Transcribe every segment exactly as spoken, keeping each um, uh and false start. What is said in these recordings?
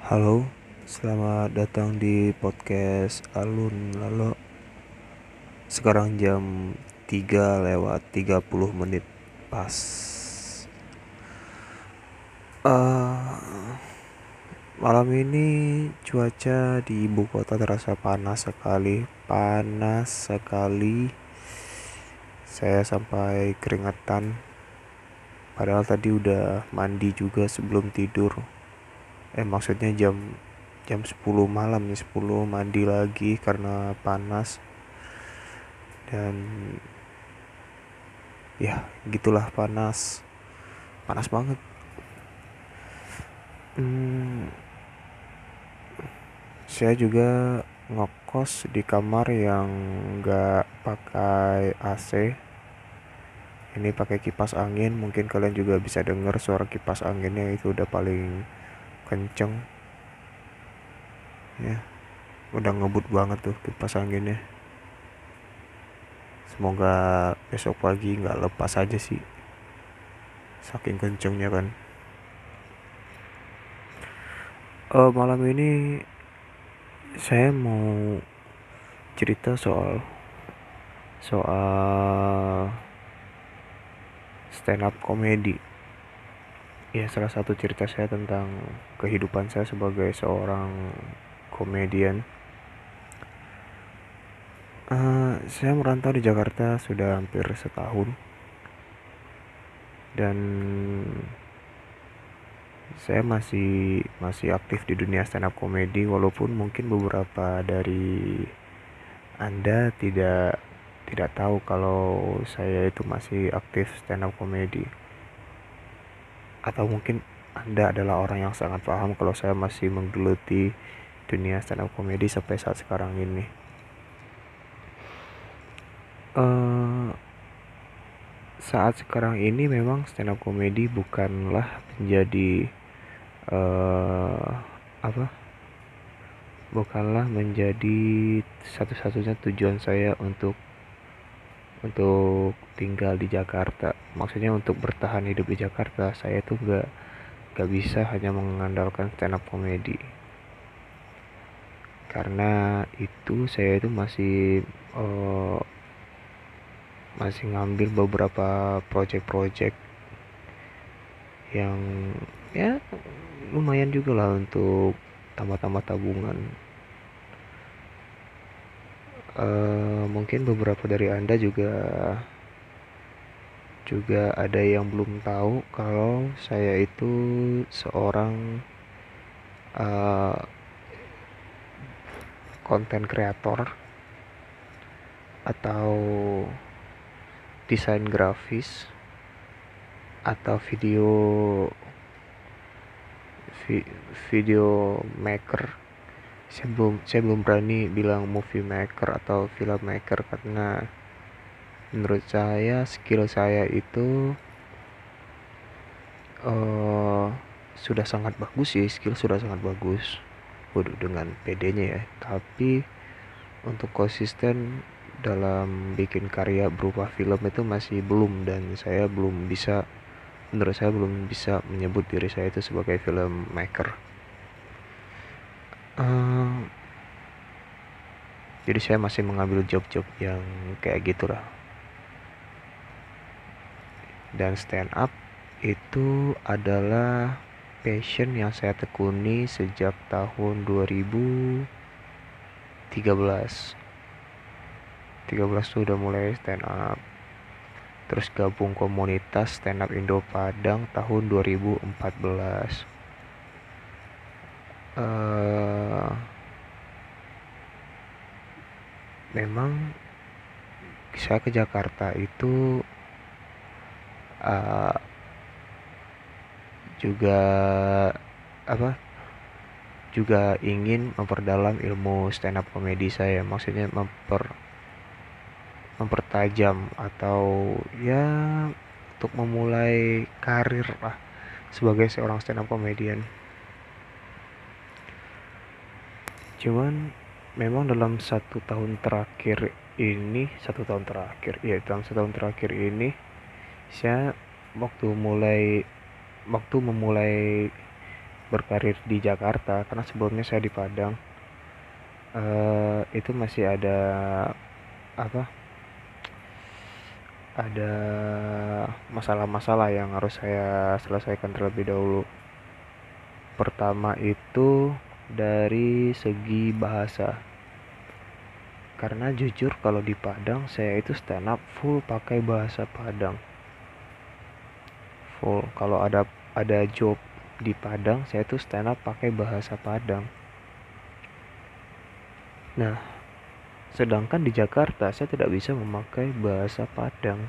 Halo, selamat datang di podcast Alun Lalo. Sekarang jam tiga lewat tiga puluh menit pas. Eh, Malam ini cuaca di ibu kota terasa panas sekali, panas sekali. Saya sampai keringetan. Padahal tadi udah mandi juga sebelum tidur. Eh maksudnya jam jam sepuluh malam nih, sepuluh mandi lagi karena panas. Dan ya gitulah, panas panas banget. hmm, saya juga ngekos di kamar yang nggak pakai A C. Ini pakai kipas angin. Mungkin kalian juga bisa dengar suara kipas anginnya, itu udah paling kenceng ya. Udah ngebut banget tuh kipas anginnya. Semoga besok pagi nggak lepas aja sih, saking kencengnya kan. Eh malam ini saya mau cerita soal soal stand up comedy. Ya, salah satu cerita saya tentang kehidupan saya sebagai seorang komedian. Uh, saya merantau di Jakarta sudah hampir setahun, dan saya masih masih aktif di dunia stand up comedy, walaupun mungkin beberapa dari Anda tidak tidak tahu kalau saya itu masih aktif stand up comedy, atau mungkin Anda adalah orang yang sangat paham kalau saya masih menggeluti dunia stand up comedy sampai saat sekarang ini. Uh, saat sekarang ini memang stand up comedy bukanlah menjadi uh, apa bukanlah menjadi satu-satunya tujuan saya untuk untuk tinggal di Jakarta. Maksudnya untuk bertahan hidup di Jakarta, saya tuh gak gak bisa hanya mengandalkan stand up comedy. Karena itu saya itu masih uh, masih ngambil beberapa project-project yang ya lumayan juga lah untuk tambah-tambah tabungan. Uh, mungkin beberapa dari Anda juga juga ada yang belum tahu kalau saya itu seorang uh, content creator atau desain grafis atau video vi- video maker. Saya belum saya belum berani bilang movie maker atau film maker, karena menurut saya skill saya itu uh, sudah sangat bagus sih, skill sudah sangat bagus. Waduh, dengan pedenya ya. Tapi untuk konsisten dalam bikin karya berupa film itu masih belum, dan saya belum bisa menurut saya belum bisa menyebut diri saya itu sebagai film maker. Uh, jadi saya masih mengambil job-job yang kayak gitulah. Dan stand up itu adalah passion yang saya tekuni sejak tahun dua ribu tiga belas. tiga belas tuh udah mulai stand up. Terus gabung komunitas stand up Indo Padang tahun dua ribu empat belas. Uh, memang saya ke Jakarta itu uh, juga apa juga ingin memperdalam ilmu stand up comedy saya, maksudnya memper mempertajam atau ya untuk memulai karir lah sebagai seorang stand up comedian. Cuman memang dalam satu tahun terakhir ini satu tahun terakhir ya dalam satu tahun terakhir ini saya waktu mulai waktu memulai berkarir di Jakarta, karena sebelumnya saya di Padang. Eh, itu masih ada apa ada masalah-masalah yang harus saya selesaikan terlebih dahulu. Pertama itu dari segi bahasa, karena jujur kalau di Padang saya itu stand up full pakai bahasa Padang. Full kalau ada ada job di Padang, saya tuh stand up pakai bahasa Padang. Nah, sedangkan di Jakarta saya tidak bisa memakai bahasa Padang.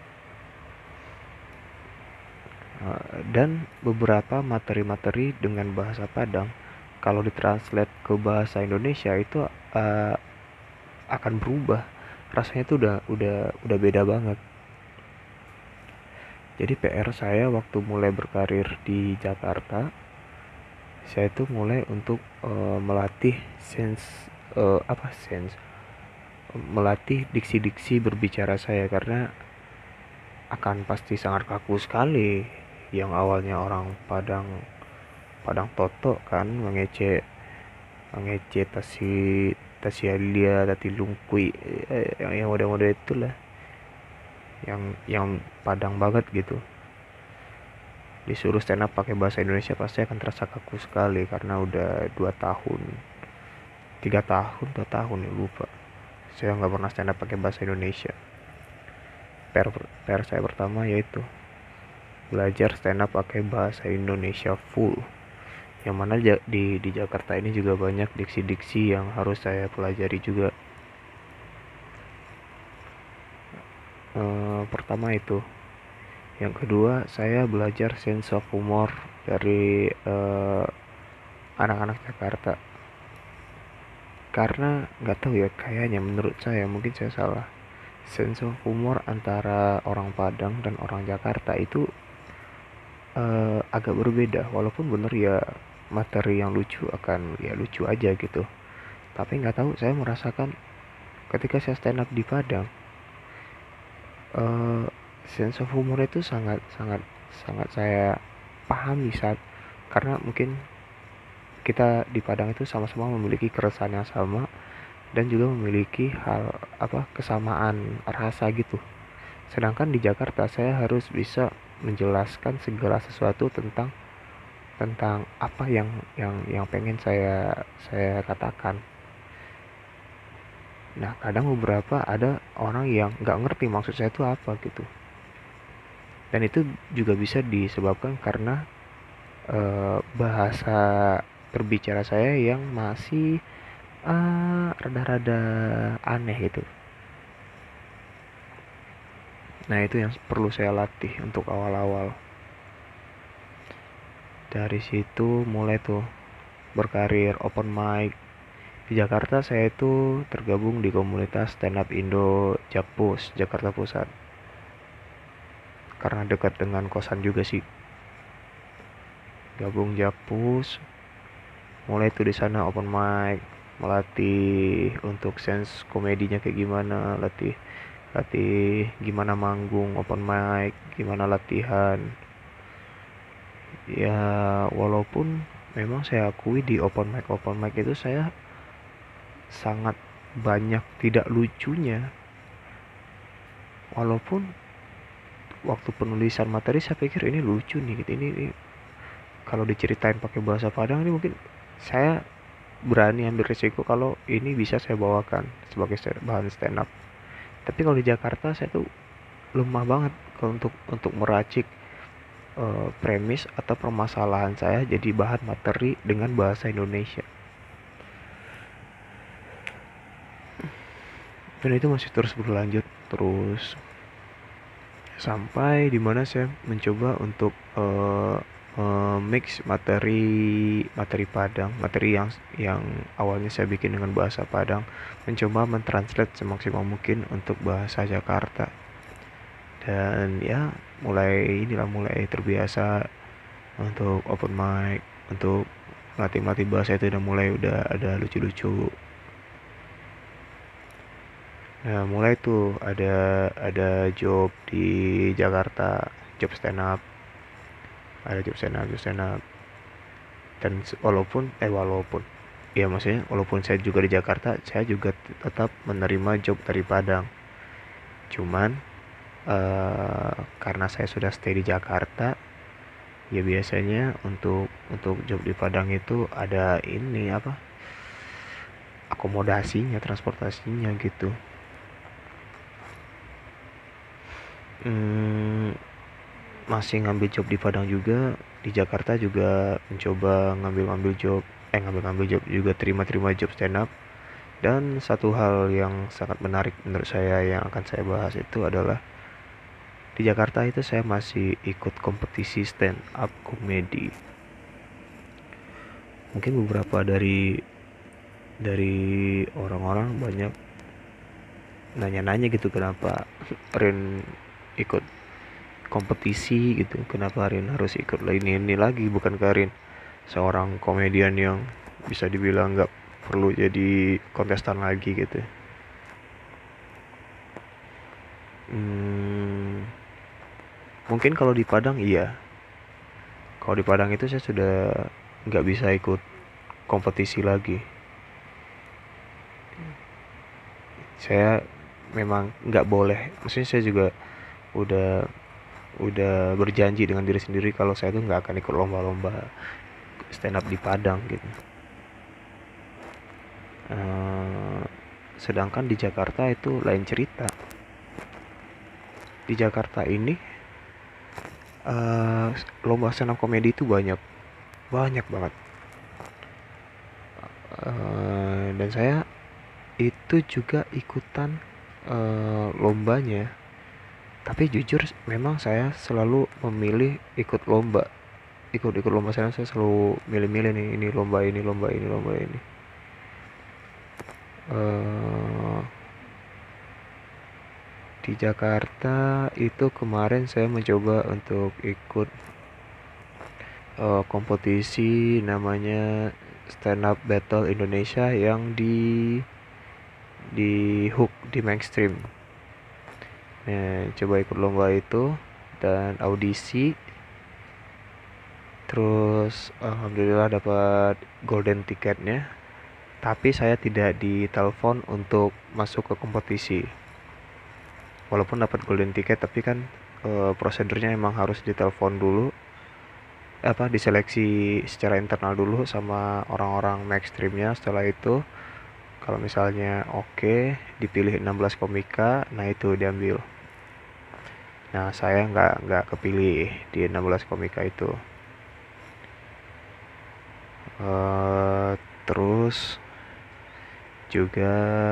Eh, dan beberapa materi-materi dengan bahasa Padang kalau ditranslate ke bahasa Indonesia itu uh, akan berubah. Rasanya itu udah udah udah beda banget. Jadi P R saya waktu mulai berkarir di Jakarta, saya itu mulai untuk uh, melatih sense uh, apa sense melatih diksi-diksi berbicara saya, karena akan pasti sangat kaku sekali yang awalnya orang Padang Padang Toto kan mengecek mengecek tasi tasialia tati lungkui, eh, yang yang model-model itulah, yang yang Padang banget gitu. Disuruh stand up pakai bahasa Indonesia pasti akan terasa kaku sekali, karena udah dua tahun tiga tahun dua tahun ya lupa saya nggak pernah stand up pakai bahasa Indonesia. Per per saya pertama yaitu belajar stand up pakai bahasa Indonesia full, yang mana di di Jakarta ini juga banyak diksi-diksi yang harus saya pelajari juga. E, pertama itu. Yang kedua, saya belajar sense of humor dari uh, anak-anak Jakarta. Karena nggak tahu ya, kayaknya menurut saya, mungkin saya salah, sense of humor antara orang Padang dan orang Jakarta itu uh, agak berbeda. Walaupun bener ya, materi yang lucu akan ya lucu aja gitu. Tapi nggak tahu, saya merasakan ketika saya stand up di Padang, uh, sense of humor itu sangat sangat sangat saya pahami saat, karena mungkin kita di Padang itu sama-sama memiliki keresahan yang sama dan juga memiliki hal apa kesamaan rasa gitu. Sedangkan di Jakarta saya harus bisa menjelaskan segala sesuatu tentang tentang apa yang yang yang pengen saya saya katakan. Nah, kadang beberapa ada orang yang nggak ngerti maksud saya itu apa gitu. Dan itu juga bisa disebabkan karena uh, bahasa berbicara saya yang masih uh, rada-rada aneh gitu. Nah, itu yang perlu saya latih untuk awal-awal. Dari situ mulai tuh berkarir open mic. Di Jakarta saya itu tergabung di komunitas stand up Indo Jakpus, Jakarta Pusat. Karena dekat dengan kosan juga sih. Gabung Jakpus, mulai tuh di sana open mic, melatih untuk sense komedinya kayak gimana, latih latih gimana manggung open mic, gimana latihan. Ya walaupun memang saya akui di open mic open mic itu saya sangat banyak tidak lucunya, walaupun waktu penulisan materi saya pikir ini lucu nih gitu, ini, ini kalau diceritain pakai bahasa Padang ini mungkin saya berani ambil risiko kalau ini bisa saya bawakan sebagai bahan stand up. Tapi kalau di Jakarta saya tuh lemah banget kalau untuk untuk meracik uh, premis atau permasalahan saya jadi bahan materi dengan bahasa Indonesia. Dan itu masih terus berlanjut terus sampai dimana saya mencoba untuk uh, uh, mix materi materi Padang, materi yang yang awalnya saya bikin dengan bahasa Padang, mencoba mentranslate semaksimal mungkin untuk bahasa Jakarta. Dan ya mulai inilah mulai terbiasa untuk open mic, untuk melatih-melatih bahasa itu udah mulai udah ada lucu-lucu. Nah, mulai tuh ada ada job di Jakarta, job stand up. Ada job stand up, job stand up. Dan walaupun eh walaupun ya maksudnya walaupun saya juga di Jakarta, saya juga tetap menerima job dari Padang. Cuman eh, karena saya sudah stay di Jakarta, ya biasanya untuk untuk job di Padang itu ada ini apa, akomodasinya, transportasinya gitu. Hmm, masih ngambil job di Padang juga, di Jakarta juga mencoba ngambil-ngambil job, eh ngambil-ngambil job juga, terima-terima job stand up. Dan satu hal yang sangat menarik menurut saya yang akan saya bahas itu adalah di Jakarta itu saya masih ikut kompetisi stand up komedi. Mungkin beberapa dari dari orang-orang banyak nanya-nanya gitu, kenapa Rin ikut kompetisi gitu, kenapa Rin harus ikut ini ini lagi, bukan Karin seorang komedian yang bisa dibilang nggak perlu jadi kontestan lagi gitu. Hmm, mungkin kalau di Padang iya, kalau di Padang itu saya sudah nggak bisa ikut kompetisi lagi. Saya memang nggak boleh, maksudnya saya juga udah udah berjanji dengan diri sendiri kalau saya tuh nggak akan ikut lomba-lomba stand up di Padang gitu. Eh, sedangkan di Jakarta itu lain cerita. Di Jakarta ini eh, lomba stand up komedi itu banyak, banyak banget. Eh, dan saya itu juga ikutan eh, lombanya. Tapi jujur memang saya selalu memilih ikut lomba, ikut-ikut lomba. Saya, saya selalu milih-milih nih, ini lomba ini, lomba ini, lomba ini. Eh, di Jakarta itu kemarin saya mencoba untuk ikut eh, kompetisi namanya Stand Up Battle Indonesia yang di di Hook di Mainstream. Nah, coba ikut lomba itu dan audisi, terus alhamdulillah dapat golden tiketnya. Tapi saya tidak ditelepon untuk masuk ke kompetisi. Walaupun dapat golden ticket, tapi kan e, prosedurnya emang harus ditelepon dulu, apa diseleksi secara internal dulu sama orang-orang mainstreamnya. Setelah itu kalau misalnya oke, okay, dipilih enam belas komika, nah itu diambil. Nah saya nggak nggak kepilih di enam belas komika itu. Uh, terus juga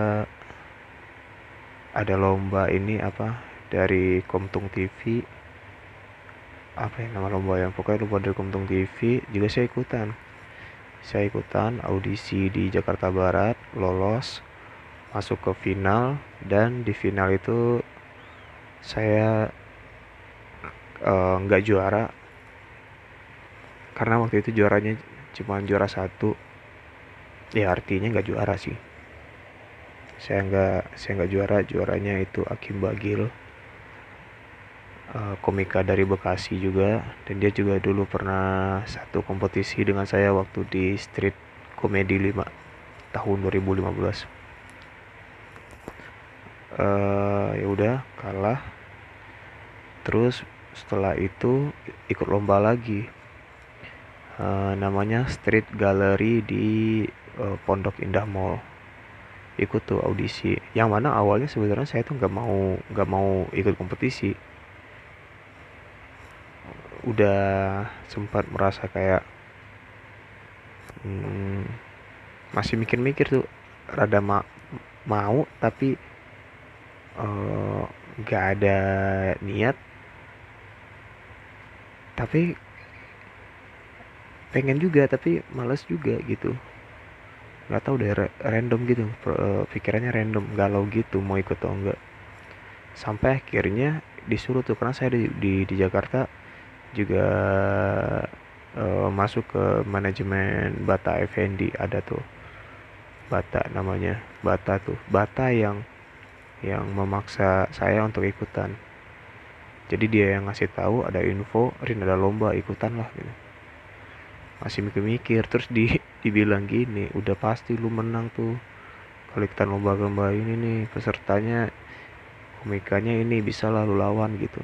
ada lomba ini apa dari Komtung T V, apa ya nama lomba yang pokoknya lomba dari Komtung T V juga saya ikutan. Saya ikutan audisi di Jakarta Barat, lolos masuk ke final, dan di final itu saya eh, nggak uh, juara karena waktu itu juaranya cuma juara satu. Ya artinya nggak juara sih. Saya nggak saya nggak juara, juaranya itu Akim Bagil, uh, komika dari Bekasi juga, dan dia juga dulu pernah satu kompetisi dengan saya waktu di Street Comedy lima tahun dua ribu lima belas. Uh, ya udah kalah. Terus setelah itu ikut lomba lagi, uh, namanya Street Gallery di uh, Pondok Indah Mall. Ikut tuh audisi, yang mana awalnya sebenarnya saya tuh nggak mau nggak mau ikut kompetisi. Udah sempat merasa kayak hmm, masih mikir-mikir tuh, rada ma- mau tapi eh, nggak uh, ada niat, tapi pengen juga tapi males juga gitu. Nggak tahu deh, random gitu, uh, pikirannya random, galau gitu mau ikut atau enggak. Sampai akhirnya disuruh tuh, karena saya di di, di Jakarta juga uh, masuk ke manajemen Bata Effendi, ada tuh Bata namanya, Bata tuh Bata yang yang memaksa saya untuk ikutan. Jadi dia yang ngasih tahu ada info, Rin ada lomba, ikutan lah gitu. masih mikir-mikir, terus di dibilang gini, udah pasti lu menang tuh kalau ikutan lomba-lomba ini nih, pesertanya komikanya ini bisa lalu lawan gitu.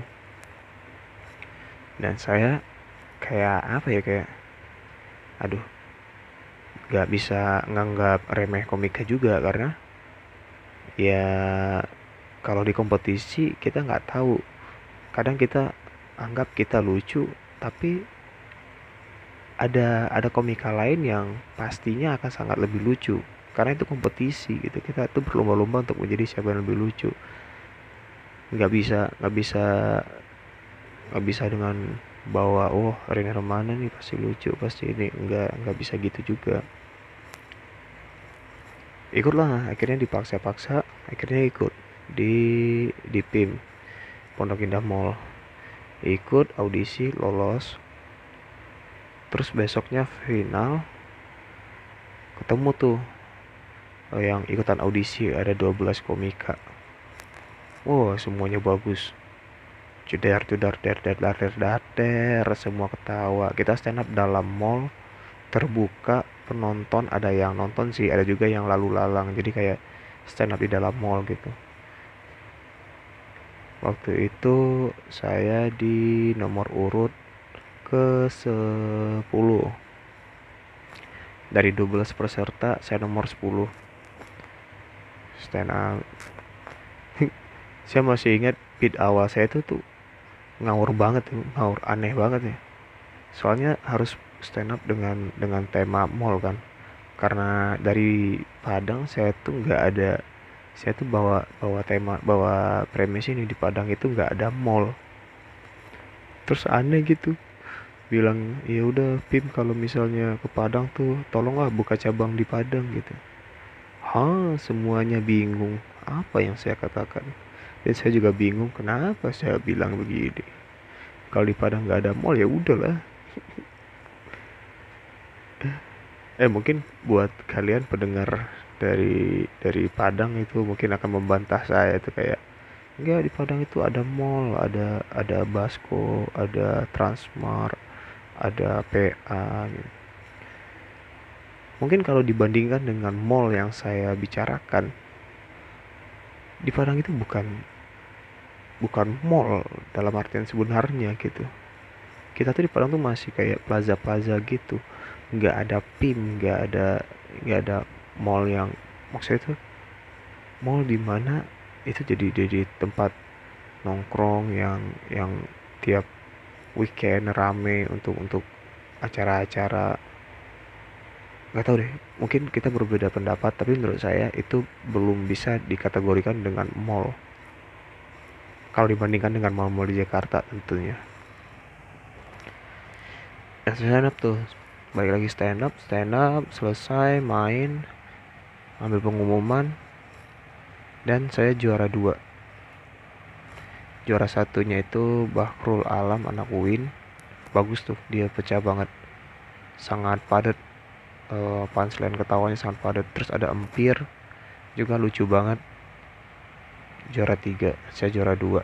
Dan saya kayak apa ya, kayak aduh, gak bisa nganggap remeh komika juga, karena ya kalau di kompetisi kita nggak tahu, kadang kita anggap kita lucu, tapi ada ada komika lain yang pastinya akan sangat lebih lucu, karena itu kompetisi gitu, kita tuh berlomba-lomba untuk menjadi siapa yang lebih lucu. nggak bisa nggak bisa nggak bisa dengan bawa oh Rene Romana nih pasti lucu pasti ini, nggak nggak bisa gitu juga. Ikutlah, akhirnya dipaksa-paksa, akhirnya ikut di di P I M Pondok Indah Mall, ikut audisi, lolos, terus besoknya final, ketemu tuh eh, yang ikutan audisi ada dua belas komika. Wah, semuanya bagus, cedar cedar der der der der der der, semua ketawa. Kita stand up dalam mall terbuka, penonton ada yang nonton sih, ada juga yang lalu lalang, jadi kayak stand up di dalam mall gitu. Waktu itu saya di nomor urut ke sepuluh. Dari dua belas peserta saya nomor sepuluh. Stand up. Saya masih ingat beat awal saya itu tuh ngawur banget, ngawur aneh banget ya. Soalnya harus stand up dengan dengan tema mall kan. Karena dari Padang saya tuh nggak ada, saya tuh bawa bawa tema, bawa premis ini, di Padang itu nggak ada mall. Terus aneh gitu, bilang ya udah Pim kalau misalnya ke Padang tuh tolonglah buka cabang di Padang gitu. Hah, semuanya bingung apa yang saya katakan, dan saya juga bingung kenapa saya bilang begini. Kalau di Padang nggak ada mall ya udahlah. Eh mungkin buat kalian pendengar dari dari Padang itu mungkin akan membantah saya itu, kayak enggak, di Padang itu ada mall, ada ada Basco, ada Transmart, ada P A gitu. Mungkin kalau dibandingkan dengan mall yang saya bicarakan, di Padang itu bukan bukan mall dalam artian sebenarnya gitu. Kita tuh di Padang tuh masih kayak plaza-plaza gitu, nggak ada P I M, nggak ada nggak ada mall yang, maksudnya tuh mall di mana itu jadi jadi tempat nongkrong yang yang tiap weekend rame untuk untuk acara-acara. Nggak tahu deh, mungkin kita berbeda pendapat, tapi menurut saya itu belum bisa dikategorikan dengan mall kalau dibandingkan dengan mall-mall di Jakarta tentunya. Ya, stand up tuh, balik lagi stand up stand up selesai main, ambil pengumuman, dan saya juara dua. Juara satunya itu Bahrul Alam, anak U I N. Bagus tuh, dia pecah banget, sangat padat, uh, punchline ketawanya sangat padat. Terus ada Empir juga lucu banget, juara tiga, saya juara dua.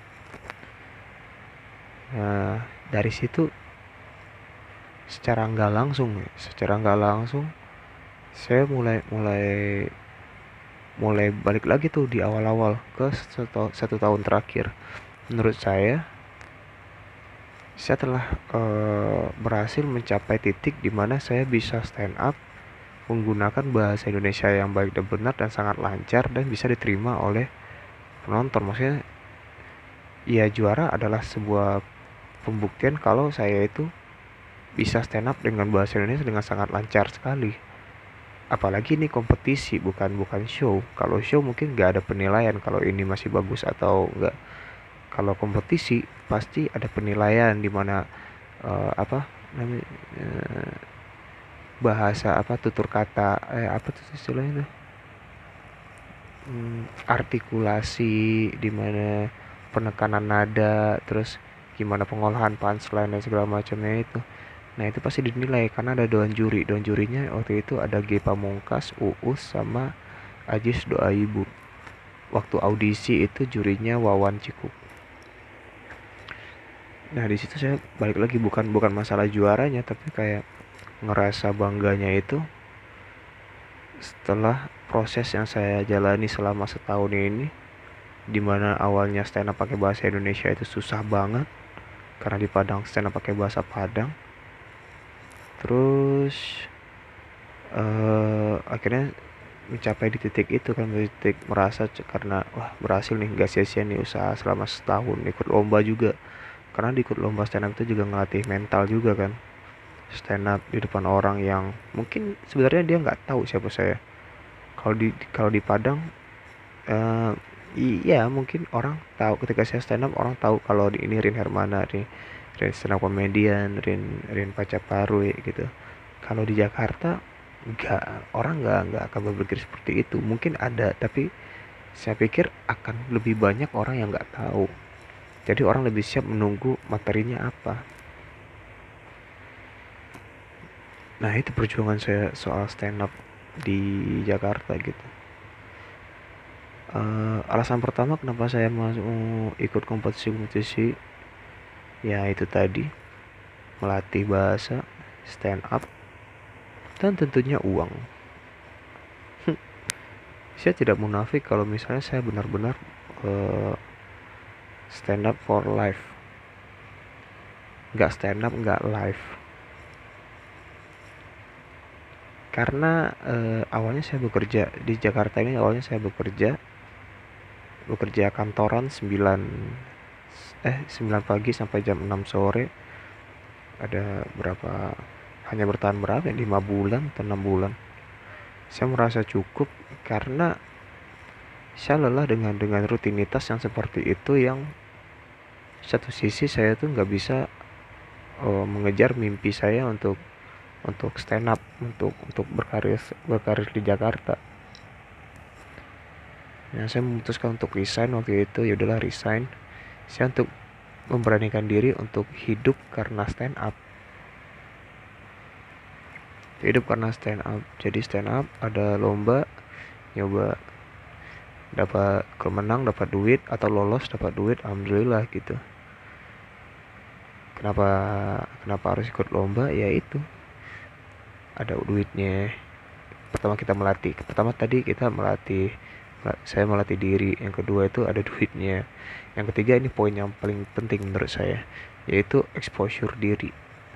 Nah dari situ secara nggak langsung secara nggak langsung saya mulai mulai mulai balik lagi tuh di awal-awal ke satu, satu tahun terakhir. Menurut saya saya telah uh, berhasil mencapai titik dimana saya bisa stand up menggunakan bahasa Indonesia yang baik dan benar dan sangat lancar dan bisa diterima oleh penonton. Maksudnya ya, juara adalah sebuah pembuktian kalau saya itu bisa stand up dengan bahasa Indonesia dengan sangat lancar sekali. Apalagi ini kompetisi, bukan bukan show. Kalau show mungkin nggak ada penilaian kalau ini masih bagus atau enggak. Kalau kompetisi pasti ada penilaian di mana uh, apa namanya, uh, bahasa apa, tutur kata, eh apa tuh istilahnya tuh, hmm, artikulasi, di mana penekanan nada, terus gimana pengolahan punchline dan segala macamnya itu. Nah itu pasti dinilai karena ada dewan juri. Dewan jurinya waktu itu ada G Pamungkas, Uus, sama Ajis Doaibu. Waktu audisi itu jurinya Wawan Cikuk. Nah di situ saya balik lagi, bukan bukan masalah juaranya, tapi kayak ngerasa bangganya itu setelah proses yang saya jalani selama setahun ini, dimana awalnya stand up pakai bahasa Indonesia itu susah banget karena di Padang stand up pakai bahasa Padang. Terus uh, akhirnya mencapai di titik itu kan, di titik merasa karena wah berhasil nih, gak sia-sia nih usaha selama setahun, ikut lomba juga. Karena di ikut lomba stand up itu juga ngelatih mental juga kan, stand up di depan orang yang mungkin sebenarnya dia nggak tahu siapa saya. Kalau di kalau di Padang, uh, iya mungkin orang tahu ketika saya stand up, orang tahu kalau di ini Rin Hermana, Rin, Rin stand up comedian, Rin Rin Pacaparwe gitu. Kalau di Jakarta nggak, orang nggak nggak akan berpikir seperti itu. Mungkin ada, tapi saya pikir akan lebih banyak orang yang nggak tahu. Jadi orang lebih siap menunggu materinya apa. Nah itu perjuangan saya soal stand up di Jakarta gitu. Uh, alasan pertama kenapa saya masuk ikut kompetisi-kompetisi, ya itu tadi, melatih bahasa, stand up, dan tentunya uang. Saya tidak munafik kalau misalnya saya benar-benar uh, stand up for life, nggak stand up nggak live. Karena uh, awalnya saya bekerja di Jakarta ini, awalnya saya bekerja bekerja kantoran sembilan eh sembilan pagi sampai jam enam sore. Ada berapa, hanya bertahan berapa ya, lima bulan atau enam bulan. Saya merasa cukup karena saya lelah dengan dengan rutinitas yang seperti itu, yang satu sisi saya tuh nggak bisa uh, mengejar mimpi saya untuk untuk stand up, untuk untuk berkarir berkarir di Jakarta. Nah, saya memutuskan untuk resign waktu itu. Ya udahlah, resign. Saya untuk memberanikan diri untuk hidup karena stand up. Hidup karena stand up. Jadi stand up ada lomba, nyoba, dapat kemenang dapat duit, atau lolos dapat duit, alhamdulillah gitu. Kenapa kenapa harus ikut lomba? Ya itu, ada duitnya. Pertama kita melatih, pertama tadi kita melatih, saya melatih diri. Yang kedua itu ada duitnya. Yang ketiga, ini poin yang paling penting menurut saya, yaitu exposure diri.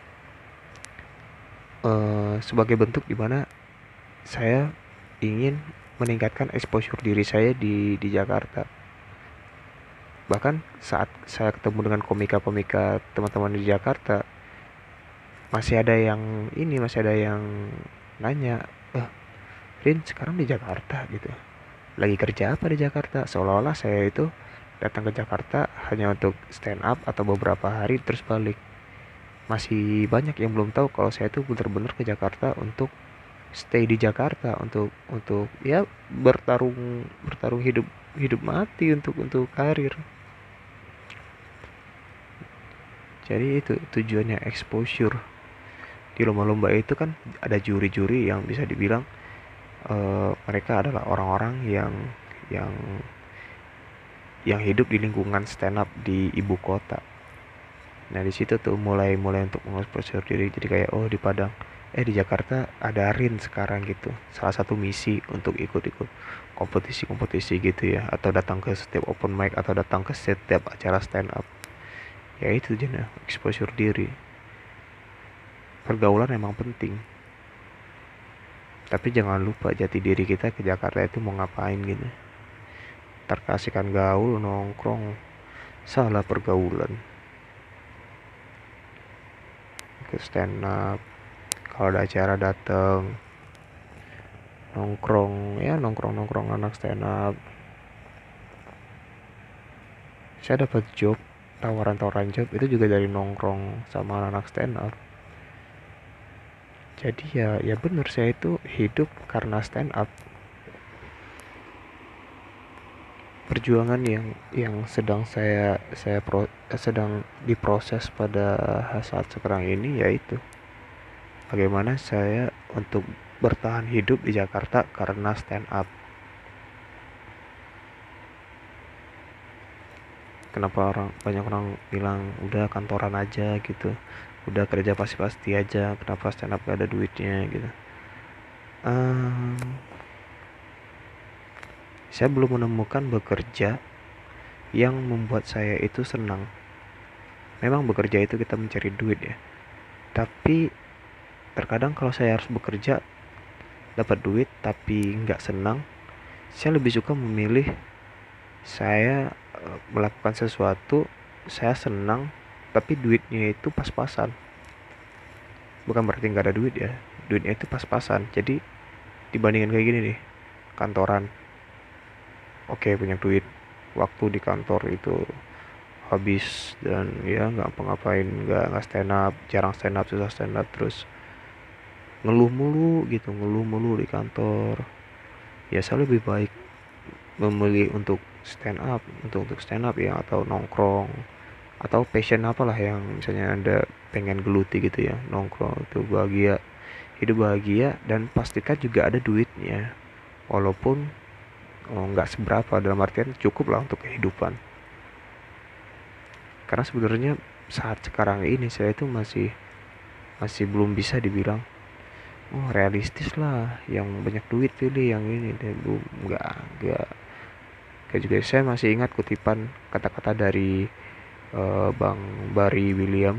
Uh, sebagai bentuk dimana saya ingin meningkatkan exposure diri saya di di Jakarta. Bahkan saat saya ketemu dengan komika-komika teman-teman di Jakarta, masih ada yang ini masih ada yang nanya, eh Rin sekarang di Jakarta gitu, lagi kerja apa di Jakarta? Seolah-olah saya itu datang ke Jakarta hanya untuk stand up atau beberapa hari terus balik. Masih banyak yang belum tahu kalau saya itu benar-benar ke Jakarta untuk stay di Jakarta, untuk untuk ya bertarung bertarung hidup hidup mati untuk untuk karir. Jadi itu tujuannya exposure. Di lomba-lomba itu kan ada juri-juri yang bisa dibilang uh, mereka adalah orang-orang yang yang yang hidup di lingkungan stand up di ibu kota. Nah di situ tuh mulai mulai untuk mengeksposur diri. Jadi kayak oh di Padang, eh di Jakarta ada Rin sekarang gitu. Salah satu misi untuk ikut-ikut kompetisi-kompetisi gitu ya, atau datang ke setiap open mic, atau datang ke setiap acara stand up. Ya itu jenis exposure diri. Pergaulan memang penting, tapi jangan lupa jati diri kita ke Jakarta itu mau ngapain gitu. Terkasihkan gaul, nongkrong, salah pergaulan. Ke stand up, kalau ada acara datang, nongkrong ya, nongkrong nongkrong anak stand up. Saya dapat job, tawaran-tawaran job itu juga dari nongkrong sama anak stand up. Jadi ya ya benar, saya itu hidup karena stand up. Perjuangan yang yang sedang saya saya pro, sedang diproses pada saat sekarang ini, yaitu bagaimana saya untuk bertahan hidup di Jakarta karena stand up. Kenapa orang banyak orang bilang udah kantoran aja gitu, udah kerja pasti-pasti aja, kenapa stand up gak ada duitnya gitu. um, saya belum menemukan bekerja yang membuat saya itu senang. Memang bekerja itu kita mencari duit ya, tapi terkadang kalau saya harus bekerja dapat duit tapi nggak senang, saya lebih suka memilih saya eh, melakukan sesuatu saya senang tapi duitnya itu pas-pasan. Bukan berarti nggak ada duit ya, duitnya itu pas-pasan. Jadi dibandingkan kayak gini nih, kantoran oke okay, punya duit, waktu di kantor itu habis dan ya nggak apa-ngapain, nggak nggak stand up, jarang stand up, susah stand up, terus ngeluh mulu gitu, ngeluh mulu di kantor. Ya saya lebih baik memilih untuk stand up, untuk untuk stand up ya, atau nongkrong, atau passion apalah yang misalnya anda pengen geluti gitu ya, nongkrong itu bahagia, hidup bahagia, dan pastikan juga ada duitnya walaupun oh, nggak seberapa, dalam artian cukup lah untuk kehidupan. Karena sebenarnya saat sekarang ini saya itu masih masih belum bisa dibilang oh realistis lah yang banyak duit pilih yang ini deh, belum, nggak nggak kayak juga. Saya masih ingat kutipan kata-kata dari uh, Bang Barry William,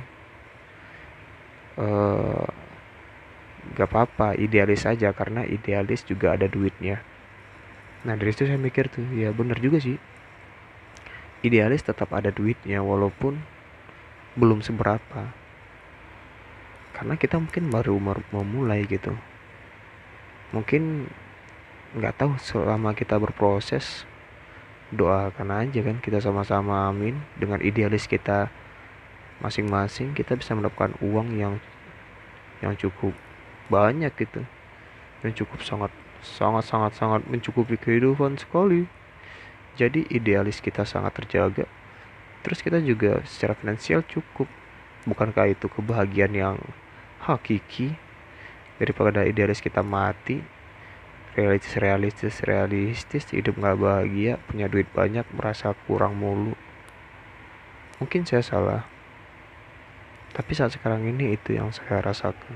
uh, gak apa-apa idealis aja karena idealis juga ada duitnya. Nah dari situ saya mikir tuh ya bener juga sih, idealis tetap ada duitnya walaupun belum seberapa, karena kita mungkin baru mau mulai gitu. Mungkin nggak tahu, selama kita berproses doakan aja kan, kita sama-sama amin, dengan idealis kita masing-masing kita bisa mendapatkan uang yang yang cukup banyak gitu, yang cukup sangat sangat sangat sangat mencukupi kehidupan sekali. Jadi idealis kita sangat terjaga, terus kita juga secara finansial cukup. Bukankah itu kebahagiaan yang hakiki? Daripada idealis kita mati, realistis realistis realistis hidup nggak bahagia, punya duit banyak merasa kurang mulu. Mungkin saya salah, tapi saat sekarang ini itu yang saya rasakan.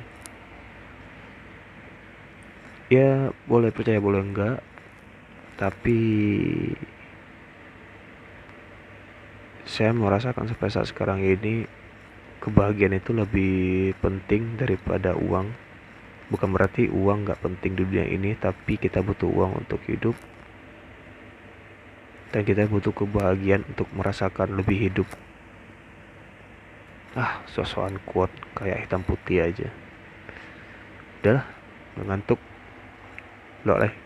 Ya boleh percaya boleh enggak, tapi saya merasakan sampai saat sekarang ini kebahagiaan itu lebih penting daripada uang. Bukan berarti uang gak penting di dunia ini, tapi kita butuh uang untuk hidup, dan kita butuh kebahagiaan untuk merasakan lebih hidup. Ah, sosokan quote kayak hitam putih aja. Udah lah, ngantuk. Loh, leh.